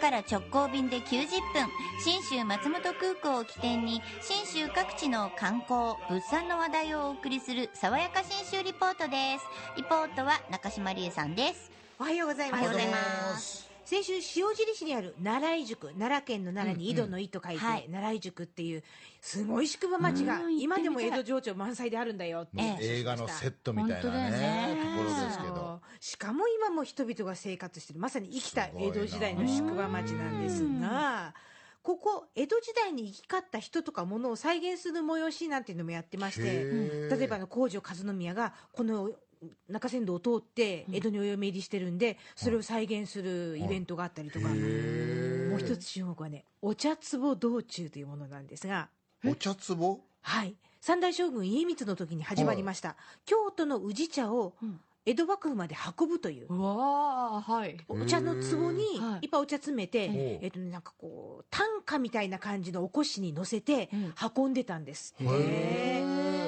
から直行便で90分、信州松本空港を起点に信州各地の観光物産の話題をお送りする爽やか信州リポートです。リポートは中島理恵さんです。 おはようございます。 おはようございます。 先週塩尻市にある奈良井宿、奈良県の奈良に井戸の井と書いて、奈良井宿っていうすごい宿場町が今でも江戸情緒満載であるんだよって、 映画のセットみたいなねところですけど、 しかも今も人々が生活しているまさに生きた江戸時代の宿場町なんですが、ここ江戸時代に生き交った人とか物を再現する催しなんていうのもやってまして、例えば皇女和宮がこの中山道を通って江戸にお嫁入りしてるんで、それを再現するイベントがあったりとか、もう一つ注目はね、お茶壺道中というものなんですが。 お茶壺？ はい、三代将軍家光の時に始まりました、京都の宇治茶を江戸幕府まで運ぶという、お茶の壺にいっぱいお茶詰めて、なんかこう担架みたいな感じのおこしに乗せて運んでたんですって。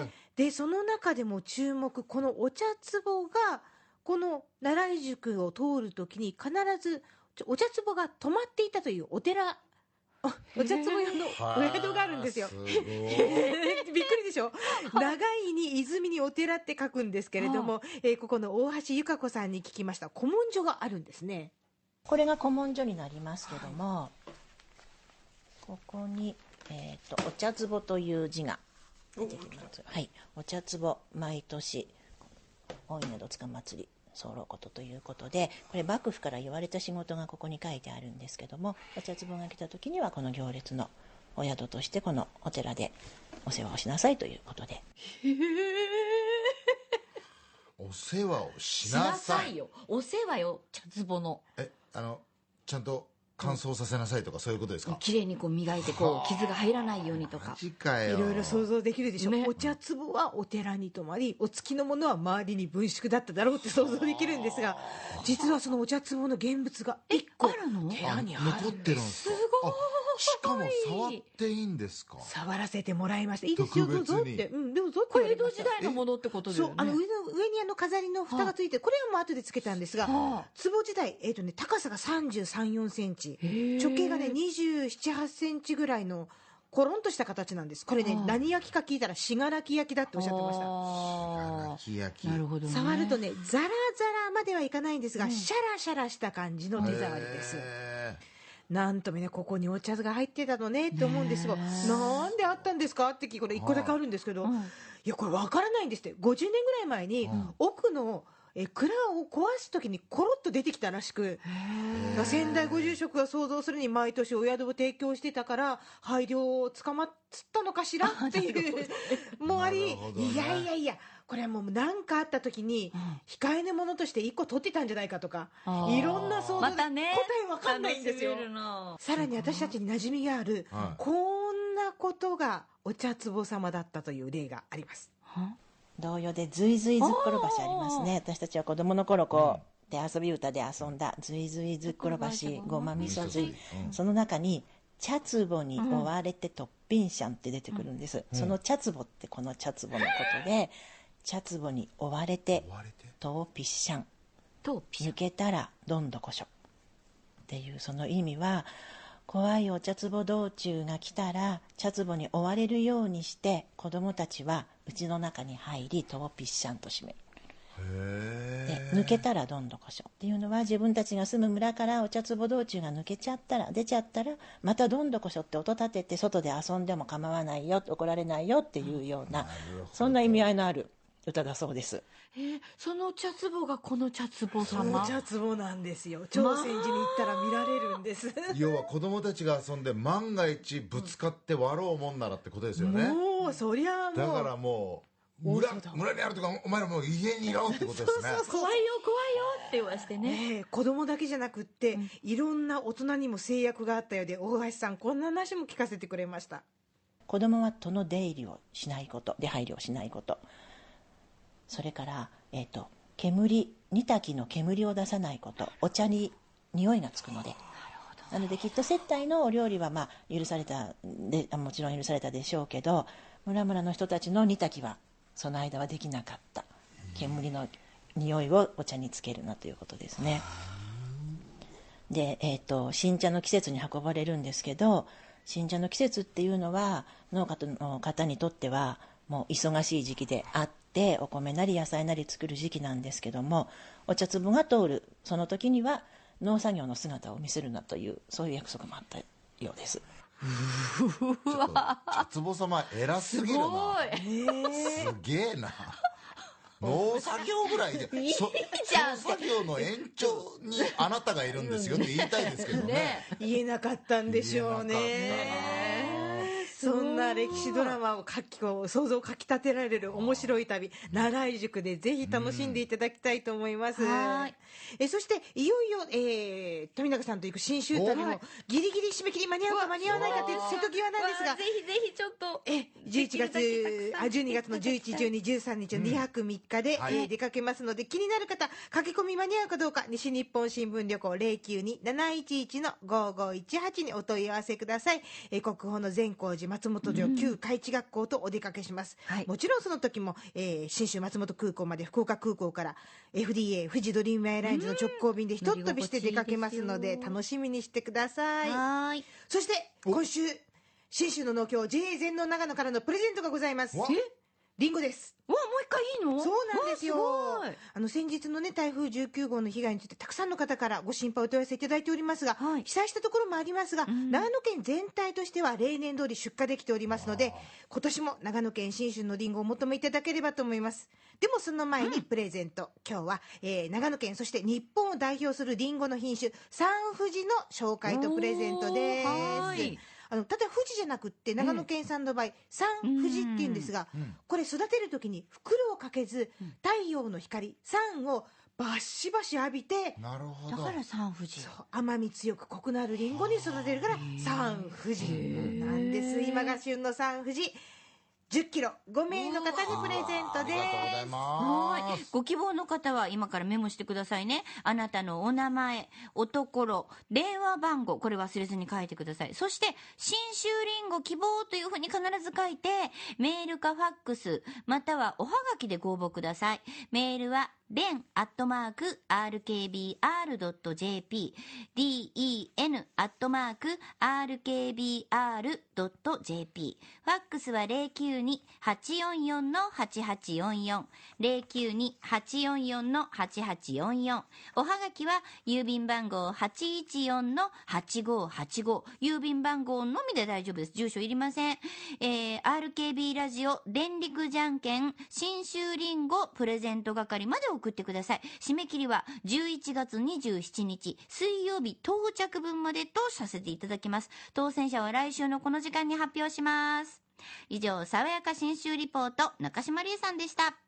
でその中でも注目、このお茶壺がこの奈良井宿を通るときに必ずお茶壺が止まっていたというお寺、お茶壺用のお宿があるんですよ。びっくりでしょ。長いに泉にお寺って書くんですけれども、ここの大橋由香子さんに聞きました。古文書があるんですね。 これが古文書になりますけども、ここに、お茶壺という字が出てきます。はい、お茶壺、毎年大稲戸塚祭り候ことということで、これ幕府から言われた仕事がここに書いてあるんですけども、お茶壺が来た時にはこの行列のお宿としてこのお寺でお世話をしなさいということで。 お世話をしなさいよ。お世話よ、茶壺の。 ちゃんと乾燥させなさいとかそういうことですか？ きれいにこう磨いてこう傷が入らないようにとか。 マジかよ。 いろいろ想像できるでしょ、お茶壺はお寺に泊まり、お付きのものは周りに分宿だっただろうって想像できるんですが、実はそのお茶壺の現物が1個寺にある残ってるんですか？ すごい。 しかも触っていいんですか？ 触らせてもらいました。いいですよ、どうぞって。どうぞって。 これ江戸時代のものってことですよね。 そう、上に飾りの蓋がついて、これはもう後でつけたんですが、壺自体、高さが33、4センチ、直径がね27、8センチぐらいのコロンとした形なんです。これね、何焼きか聞いたら信楽焼きだっておっしゃってました。 信楽焼き。 なるほどね。 触るとね、ザラザラまではいかないんですが、シャラシャラした感じの手触りです。なんともね、ここにお茶が入ってたのねって思うんですが、なんであったんですかってこれ1個だけあるんですけど、いやこれ分からないんですって。50年ぐらい前に奥の蔵を壊す時にコロッと出てきたらしく、先代ご住職が想像するに毎年お宿を提供してたから廃業を捕まったのかしらっていうもあり、いやこれはもう何かあった時に控えめ物として1個取ってたんじゃないかとか、いろんな想像で答え分かんないんですよ。さらに私たちに馴染みがある、こんなことがお茶壺様だったという例があります。 童謡でずいずいずっころばしありますね。私たちは子供の頃で遊び歌で遊んだずいずいずっころばし、ごまみそずい、その中に茶壺に追われてとっぴんしゃんって出てくるんです。その茶壺ってこの茶壺のことで、茶壺に追われてとうぴっしゃん、抜けたらどんどこしょっていう、その意味は、怖いお茶壺道中が来たら茶壺に追われるようにして子供たちは家の中に入りとうぴっしゃんと閉める。で抜けたらどんどこしょっていうのは、自分たちが住む村からお茶壺道中が抜けちゃったら、出ちゃったらまたどんどこしょって音立てて外で遊んでも構わないよ、怒られないよっていうような、そんな意味合いのある歌だそうです。 その茶壺がこの茶壺様。 その茶壺なんですよ。長泉寺に行ったら見られるんです。 要は子供たちが遊んで万が一ぶつかって割ろうもんならってことですよね。 もうそりゃもうだからもう村にあるとか、お前らもう家にいろってことですね。 怖いよって言わしてね。 子供だけじゃなくって、いろんな大人にも制約があったようで、大橋さんこんな話も聞かせてくれました。 子供は戸の出入りをしないこと、出入りをしないこと、それから、煮炊きの煙を出さないこと、お茶に匂いがつくので。なのできっと接待のお料理は許されたで、もちろん許されたでしょうけど、村々の人たちの煮炊きはその間はできなかった。煙の匂いをお茶につけるなということですね。 で、新茶の季節に運ばれるんですけど、新茶の季節っていうのは農家の方にとってはもう忙しい時期であって、お米なり野菜なり作る時期なんですけども、お茶粒が通るその時には農作業の姿を見せるなという、そういう約束もあったようです。 茶壺様偉すぎるな。すげえな。農作業ぐらいでその作業の延長にあなたがいるんですよって言いたいですけどね。 言えなかったんでしょうね。そんな歴史ドラマを想像をかきたてられる面白い旅、奈良井宿でぜひ楽しんでいただきたいと思います。そしていよいよ、富永さんと行く信州旅もギリギリ締め切り間に合うか間に合わないかという瀬戸際なんですが、 ぜひぜひちょっと 12月の11、12、13日の2泊3日で、出かけますので、気になる方駆け込み間に合うかどうか西日本新聞旅行 092-711-5518 にお問い合わせください。国宝の善光寺松本城旧海地学校とお出かけします、もちろんその時も、信州松本空港まで福岡空港から FDA 富士ドリームエアラインズの直行便でひとっ飛びして出かけますので、楽しみにしてください。そして今週信州の農協 JA 全農長野からのプレゼントがございます。リンゴです。 もう一回いいの？ そうなんですよ。先日のね、台風19号の被害についてたくさんの方からご心配をお問い合わせいただいておりますが、被災したところもありますが、長野県全体としては例年通り出荷できておりますので、今年も長野県信州のリンゴをお求めいただければと思います。でもその前にプレゼント、今日は、長野県そして日本を代表するリンゴの品種三富士の紹介とプレゼントです。ただ富士じゃなくって長野県産の場合、三富士っていうんですが、これ育てる時に袋をかけず、太陽の光三をバシバシ浴びて、 なるほど。 だから三富士。 甘み強くコクのあるリンゴに育てるから三富士なんです。今が旬の三富士10キロ5名の方にプレゼントです。 ありがとうございます。 ご希望の方は今からメモしてくださいね。あなたのお名前、おところ、電話番号、これ忘れずに書いてください。そして信州りんご希望というふうに必ず書いて、メールかファックスまたはおはがきでご応募ください。メールはden@rkbr.jp den@rkbr.jp ファックスは 092-844-8844 092-844-8844 おはがきは郵便番号 814-8585 郵便番号のみで大丈夫です。住所いりません。RKB ラジオ電力じゃんけん信州りんごプレゼント係まで送ってください。締め切りは11月27日水曜日到着分までとさせていただきます。当選者は来週のこの時間に発表します。以上、爽やか信州リポート中島理恵さんでした。